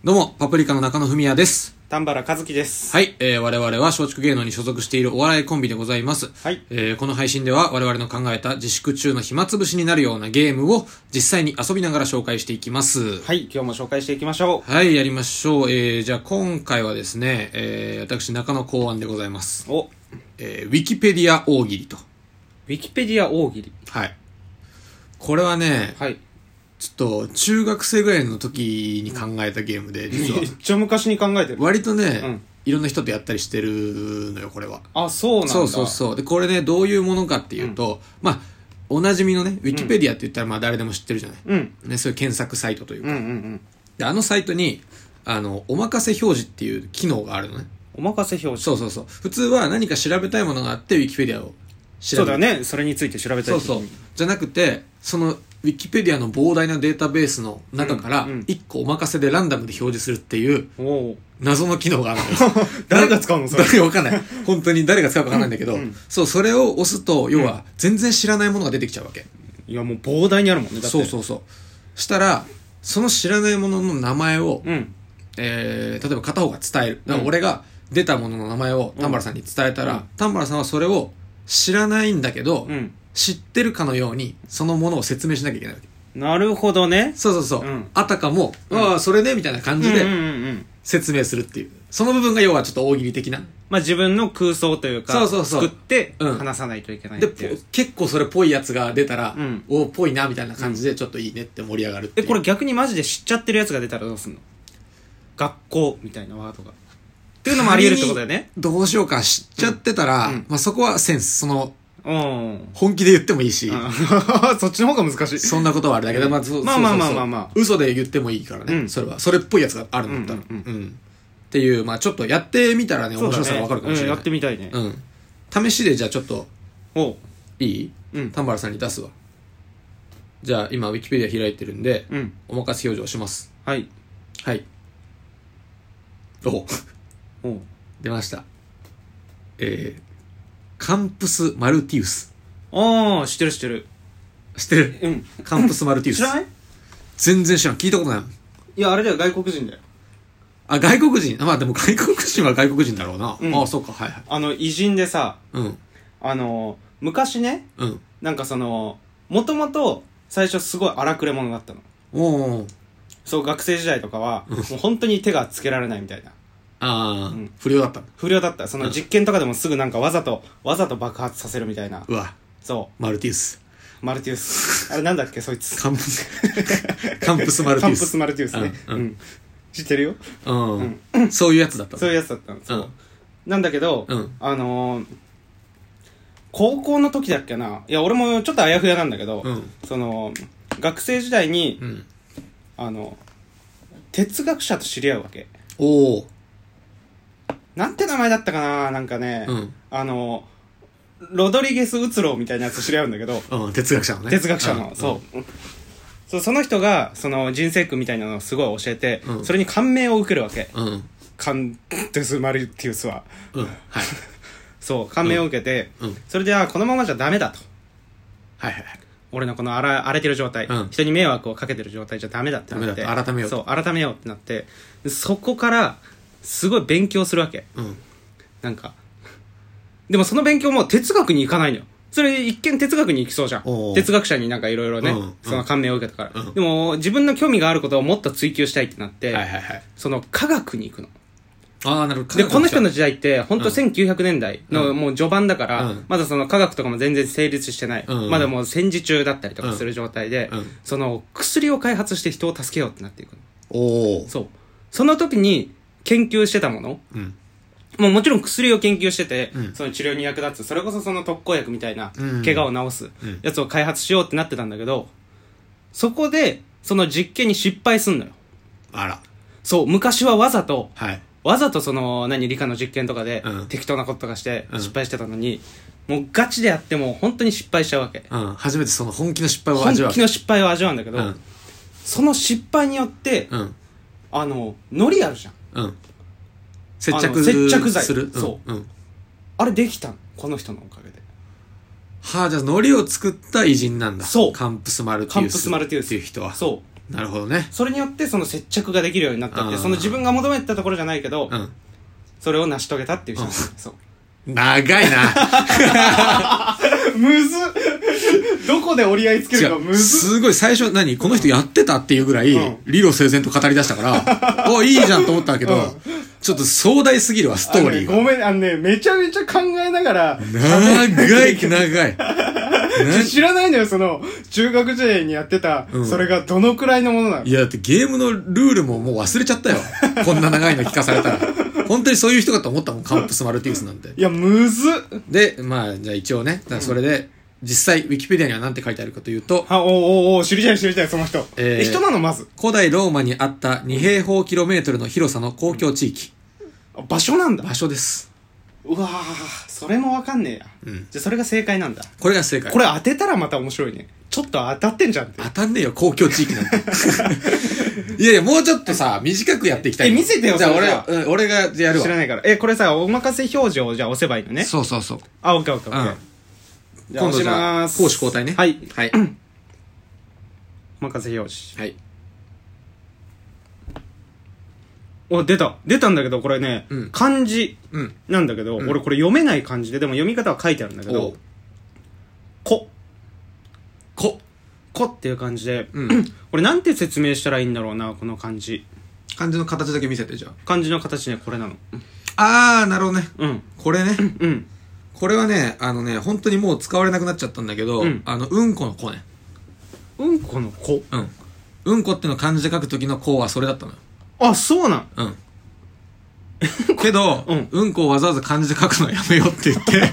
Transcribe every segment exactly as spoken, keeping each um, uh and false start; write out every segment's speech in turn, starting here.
どうもパプリカの中野文也です。 丹原和樹です。 はい、えー、我々は松竹芸能に所属しているお笑いコンビでございます。 はい、 えー、この配信では我々の考えた自粛中の暇つぶしになるようなゲームを実際に遊びながら紹介していきます。 はい、今日も紹介していきましょう。はい、やりましょう。えー、じゃあ今回はですね、えー、私中野考案でございます。 お、 えー、ウィキペディア大喜利と。 ウィキペディア大喜利。 はい。これはね、 はい。 ちょっと中学生ぐらいの時に考えたゲームで、実はめっちゃ昔に考えてる。 割とね、 うん、 いろんな人とやったりしてるのよ、これは。 あ、そうなんだ。 そうそうそう。で、これね、どういうものかっていうと、うん、まあ、おなじみのね、ウィキペディアって言ったらまあ誰でも知ってるじゃない。 うん。 ね、そういう検索サイトというか。 うんうんうん。 で、あのサイトに、あの、おまかせ表示っていう機能があるのね。 おまかせ表示。 そうそうそう。普通は何か調べたいものがあって、ウィキペディアを調べる。 そうだね。それについて調べたい。 そうそう。じゃなくて、その、ウィキペディアの膨大なデータベースの中からいっこおまかせでランダムで表示するっていう謎の機能があるのよ。 誰が使うのそれ。 誰か分かんない。本当に誰が使うか分かんないんだけど、うん、そう、それを押すと、要は全然知らないものが出てきちゃうわけ。 いやもう膨大にあるもんね。だってそうそうそう。したら、その知らないものの名前を、 うん、 えー、例えば片方が伝える。だから俺が出たものの名前を丹原さんに伝えたら、うん、丹原さんはそれを知らないんだけど、うん知ってるかのようにそのものを説明しなきゃいけないわけ。 なるほどね。 そうそうそう、うん、あたかも、 うん、 ああそれねみたいな感じで説明するっていう、その部分が要はちょっと大喜利的な、 まあ自分の空想というか、 そうそうそう作って話さないといけないっていう、 で結構それっぽいやつが出たら、うん、おっぽいなみたいな感じでちょっといいねって盛り上がるっていう。 えこれ逆にマジで知っちゃってるやつが出たらどうすんの？学校みたいなワードがっていうのもあり得るってことだよね。 どうしようか、知っちゃってたら、うんうん、まあそこはセンス、そのうん、 本気で言ってもいいし、 そっちの方が難しい。 そんなことはあれだけど、まあ、 まあまあまあまあまあ嘘で言ってもいいからね、うん、それはそれっぽいやつがあるんだったら、うんうんうん、っていう、まあちょっとやってみたらね面白さが分かるかもしれない、 うん、やってみたいね、 うん、試しでじゃあちょっとおいい、うん、丹原さんに出すわ。じゃあ今ウィキペディア開いてるんで、うん、おまかせ表示をします。 はいはいおお出ました。えーカンプス・マルティウス。 ああ知ってる知ってる知ってる、 うん、 カンプス・マルティウス知らない？ 全然知らん、聞いたことない。 いやあれだよ、外国人だよ。 あ、外国人、まあでも外国人は外国人だろうな、うん、ああそうか、はいはい。 あの偉人でさ、 うん、 あの昔ね、 うん、 なんかそのもともと最初すごい荒くれ者だったの。 おお。 そう学生時代とかはもう本当に手がつけられないみたいな。 ああ、うん、不良だった不良だった。その実験とかでもすぐなんかわざとわざと爆発させるみたいな。 うわ、 そうマルティウスマルティウスあれなんだっけそいつ。 カンプスカンプスマルティウスカンプスマルティウスね、うんうん、知ってるよ、 うんうん、そういうやつだった。 そういうやつだったの。そう、うん、なんだけど、 うん、あのー、高校の時だっけな、いや俺もちょっとあやふやなんだけど、うん、その学生時代に、うん、あの哲学者と知り合うわけ。 おお。 なんて名前だったかな、なんかね、うん、あのロドリゲス・ウツローみたいなやつ知り合うんだけど、 うん、哲学者のね。 哲学者の、うん、そう、うん、そう、その人がその人生訓みたいなのをすごい教えて、うん、それに感銘を受けるわけ、うん、カンテス・マルティウスは、 うん、はいそう感銘を受けて、うん、それではこのままじゃダメだと、 はいはいはい、 俺のこの荒、荒れてる状態、うん、人に迷惑をかけてる状態じゃダメだってなって、 改めようそう改めようってなって、そこからすごい勉強するわけ、うん、なんかでもその勉強も哲学に行かないのよ。それ一見哲学に行きそうじゃん。哲学者になんかいろいろね、うん、その感銘を受けたから、うん、でも自分の興味があることをもっと追求したいってなって、 はいはいはい、 その科学に行くの。 ああなるほど。 でこの人の時代って本当せんきゅうひゃくねんだいのもう序盤だから、うん、まだその科学とかも全然成立してない、うん、まだもう戦時中だったりとかする状態で、うん、その薬を開発して人を助けようってなっていくの。 おそうその時に研究してたもの、うん、もうもちろん薬を研究してて、うん、その治療に役立つ、それこそその特効薬みたいな、うん、怪我を治すやつを開発しようってなってたんだけど、そこでその実験に失敗すんのよ。 あら。 そう昔はわざと、 はい、 わざとその何理科の実験とかで、うん、適当なこととかして失敗してたのに、うん、もうガチでやっても本当に失敗しちゃうわけ、 うん、初めてその本気の失敗を味わう。 本気の失敗を味わうんだけど、うん、その失敗によって、うん、あの糊あるじゃん、うん、 接着接着剤する、 そう、 うん、 あれできたのこの人のおかげで。 はあ、じゃあ糊を作った偉人なんだ。 そうカンプスマルティウスカンプスマルティウスっていう人は。 そうなるほどね。 それによってその接着ができるようになったって、その自分が求めてたところじゃないけど、うん、それを成し遂げたっていう人、うん、そう長いなむずっどこで折り合いつけるかむずっすごい最初何この人やってたっていうぐらい、うん、理路整然と語り出したからおいいじゃんと思ったけど、うん、ちょっと壮大すぎるわストーリーが。 ごめんあのねめちゃめちゃ考えながら長い長い知らないのよその中学時代にやってた、うん、それがどのくらいのものなの。 いやだってゲームのルールももう忘れちゃったよこんな長いの聞かされたら本当にそういう人かと思ったもんカンプスマルティウスなんて。 いやむずっ。 でまあじゃあ一応ねだからそれで、うん、実際ウィキペディアには何て書いてあるかというと、 あおおお知りたい知りたいその人、えー、人なのまず古代ローマにあったに平方キロメートルの広さの公共地域、 うん、場所なんだ。 場所です。 うわーそれもわかんねえや、うん、じゃあそれが正解なんだ。 これが正解。これ当てたらまた面白いね。ちょっと当たってんじゃんって。 当たんねえよ公共地域なんていやいやもうちょっとさ短くやっていきたい。 え見せてよ。 じゃあ俺、うん、俺がやるわ。 知らないから。えこれさお任せ表示をじゃあ押せばいいのね。 そうそうそう。 あオッケーオッケーオッケー。 じゃあ今度じゃあ攻守交代ね。 はいはいお任せ表示。 はい。 お出た出たんだけどこれね、うん、漢字なんだけど、うん、俺これ読めない漢字ででも読み方は書いてあるんだけどこここっていう感じで、うん、これなんて説明したらいいんだろうなこの漢字。 漢字の形だけ見せて。じゃあ漢字の形ねこれなの。 あーなるほどね、 うん、 これね、 うん、 これはねあのね本当にもう使われなくなっちゃったんだけど、うん、あのうんこのこね。 うんこのこうんうんこっての漢字で書く時のこはそれだったのよ。 あ、そうなん。 うん。けど、うん、うんこをわざわざ漢字で書くのはやめようって言って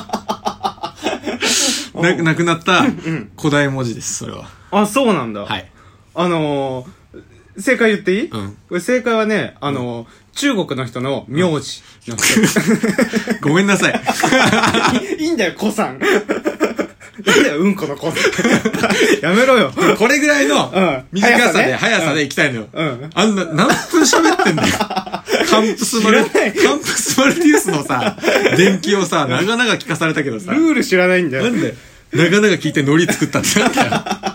な、なくなった古代文字です、それは。 あ、そうなんだ。 はい。 あのー、正解言っていい？ うん。 これ正解はね、あのー、うん、中国の人の名字の人、 うん、ごめんなさい。 いいんだよ、子さん。なんだよ、うんこの子。やめろよ。 これぐらいの短さで、速さで行きたいのよ。うん。あんな、何分喋ってんだよ。カンプスマル、カンプスマルティウスのさ、電気をさ、長々聞かされたけどさ。 ルール知らないんだよ。 なんで、長々聞いてノリ作ったってなんだ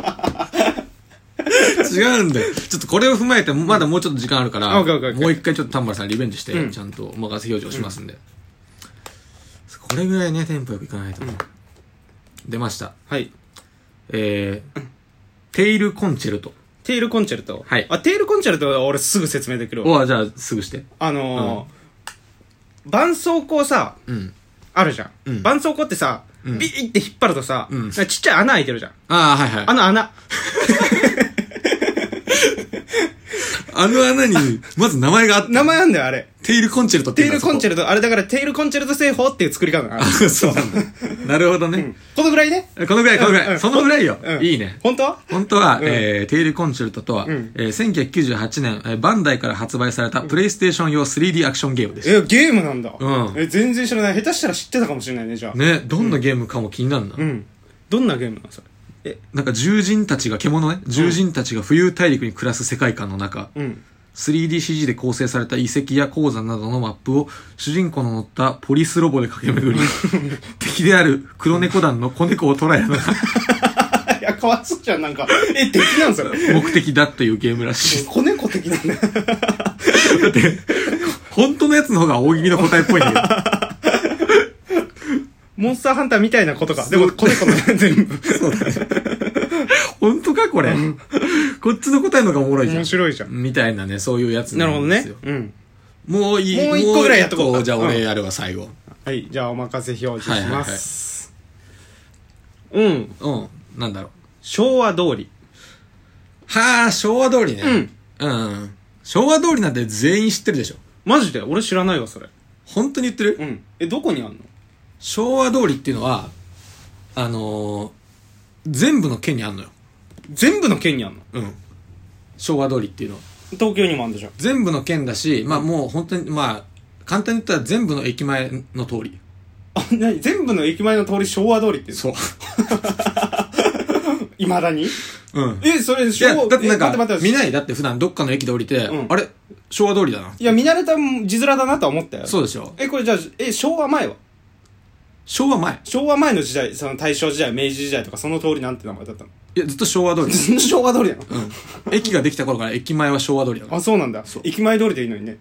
よ。違うんだよ。ちょっとこれを踏まえて、まだもうちょっと時間あるから、もう一回ちょっと丹原さんリベンジして、ちゃんとお任せ表示をしますんで。これぐらいね、テンポよくいかないと。出ました。 はい。 えー、テイルコンチェルト。 テイルコンチェルト。 はい。 あ、テイルコンチェルトは俺すぐ説明できるわ。おじゃあすぐして。 あのー、絆創膏さ、うん、あるじゃん。うん、絆創膏ってさ、うん、ビーって引っ張るとさ、うん、ちっちゃい穴開いてるじゃん。 ああ、はいはい。 あの穴。 あの穴に、まず名前があった。 名前あんだよ、あれ。 テイルコンチェルトって言うんだ。テイルコンチェルト。あれだから、テイルコンチェルト製法っていう作り方がある。 そうなんだ。なるほどね、うん。 このぐらいね。 このぐらい、このぐらい。うん、そのぐらいよ。うん、いいね。 本当は本当は、うん、えー、テイルコンチェルトとは、うんえー、せんきゅうひゃくきゅうじゅうはちねん、えー、バンダイから発売されたプレイステーション用 スリーディー アクションゲームです。 え、ゲームなんだ。 うん。 え、全然知らない。下手したら知ってたかもしれないね、じゃあ。 ね、どんなゲームかも気になるな。 うん。うん、どんなゲームなのそれ。 え、なんか獣人たちが、獣ね、獣人たちが浮遊大陸に暮らす世界観の中、うん。スリーディーシージー で構成された遺跡や鉱山などのマップを主人公の乗ったポリスロボで駆け巡り敵である黒猫団の子猫を捕らえるのがいやかわいそうじゃんなんかえ敵なんすよ目的だというゲームらしい。 子猫敵なんだよだって本当のやつの方が大喜利の答えっぽいんだけどモンスターハンターみたいなことか。でも子猫の全部そうだね本当かこれ、うん、こっちの答えの方がおもろいじゃん。 面白いじゃんみたいなねそういうやつなんですよ。 なるほどね。 うん。もういい。 もう一個ぐらいやっとこうか。 じゃあ俺やるわ最後。 はいじゃあお任せ表示します。 はいはいはい、うんうんなんだろう昭和通り。 はあ昭和通りね。うんうん、うん、昭和通りなんて全員知ってるでしょ。 マジで俺知らないわそれ。 本当に言ってる？ うんえどこにあんの？ 昭和通りっていうのはあのー、全部の県にあんのよ。 全部の県にあんの？ うん昭和通りっていうのは東京にもあんでしょ。 全部の県だし、まあもう本当にまあ簡単に言ったら全部の駅前の通り。 あ、なに全部の駅前の通り昭和通りっていうの？ そういまだに？ うん。 え、それ昭和、 だってなんか見ないだって普段どっかの駅で降りて、うん、あれ昭和通りだな。 いや見慣れた字面だなとは思ったよ。 そうでしょ。 え、これじゃあ、え、昭和前は？ 昭和前昭和前の時代、その大正時代、明治時代とかその通りなんて名前だったの？ いやずっと昭和通りずっと昭和通りやの。 うん駅ができた頃から駅前は昭和通りだから。 あ、そうなんだ。駅前通りでいいのにね。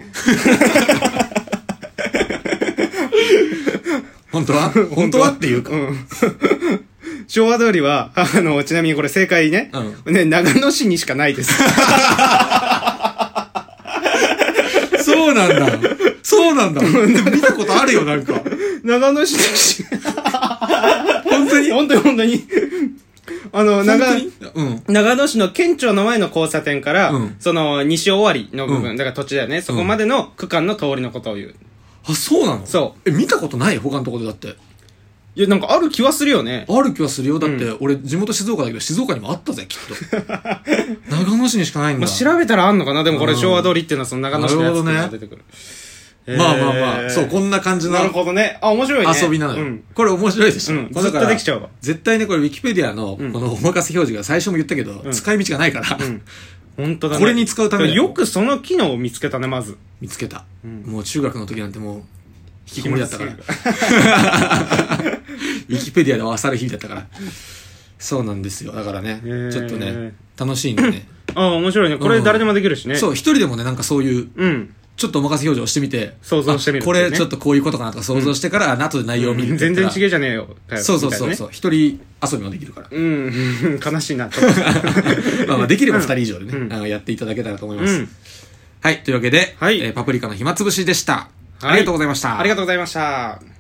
本当は本当はっていうか、うん、 昭和通りはあのちなみにこれ正解ね、うん、ね長野市にしかないです。 そうなんだそうなんだ見たことあるよなんか長野市に本当に本当に本当にあの長、うん、長野市の県庁の前の交差点から、うん、その西尾終わりの部分、うん、だから土地だよね、そこまでの区間の通りのことを言う。 あ、そうなの？ そう。 え、見たことない他のところでだって。 いや、なんかある気はするよね。 ある気はするよ。だって、うん、俺、地元静岡だけど、静岡にもあったぜ、きっと。長野市にしかないんだ。 まあ、調べたらあんのかな。でもこれ、昭和通りっていうのは、その長野市のやつが出てくる。 るまあまあまあ、そう、こんな感じの。 なるほどね。あ、面白いね。 遊びなのよ。うん、これ面白いでしょ。うん、 ずっとできちゃうわ。 絶対ね、これ、ウィキペディアの、このおまかせ表示が最初も言ったけど、うん、使い道がないから。うん本当だね。 これに使うために。 よくその機能を見つけたね、まず。 見つけた。うん、もう中学の時なんてもう、引きこもりだったから。ウィキペディアでは漁る日々だったから。そうなんですよ。だからね、ちょっとね、楽しいんでね。 ああ、面白いね。これ誰でもできるしね。 うん、そう、一人でもね、なんかそういう、うん、ちょっとお任せ表示をしてみて、 想像してみる、ね。 これちょっとこういうことかなとか想像してから、うん、後で内容を見る、 うん。全然違えじゃねえよ。 そうそうそうそう。一、ね、人遊びもできるから。 うん。悲しいな。 まあまあできれば二人以上でね、うん、あのやっていただけたらと思います。うん、はい。というわけで、はい、えー、パプリカの暇つぶしでした。はい、ありがとうございました。 ありがとうございました。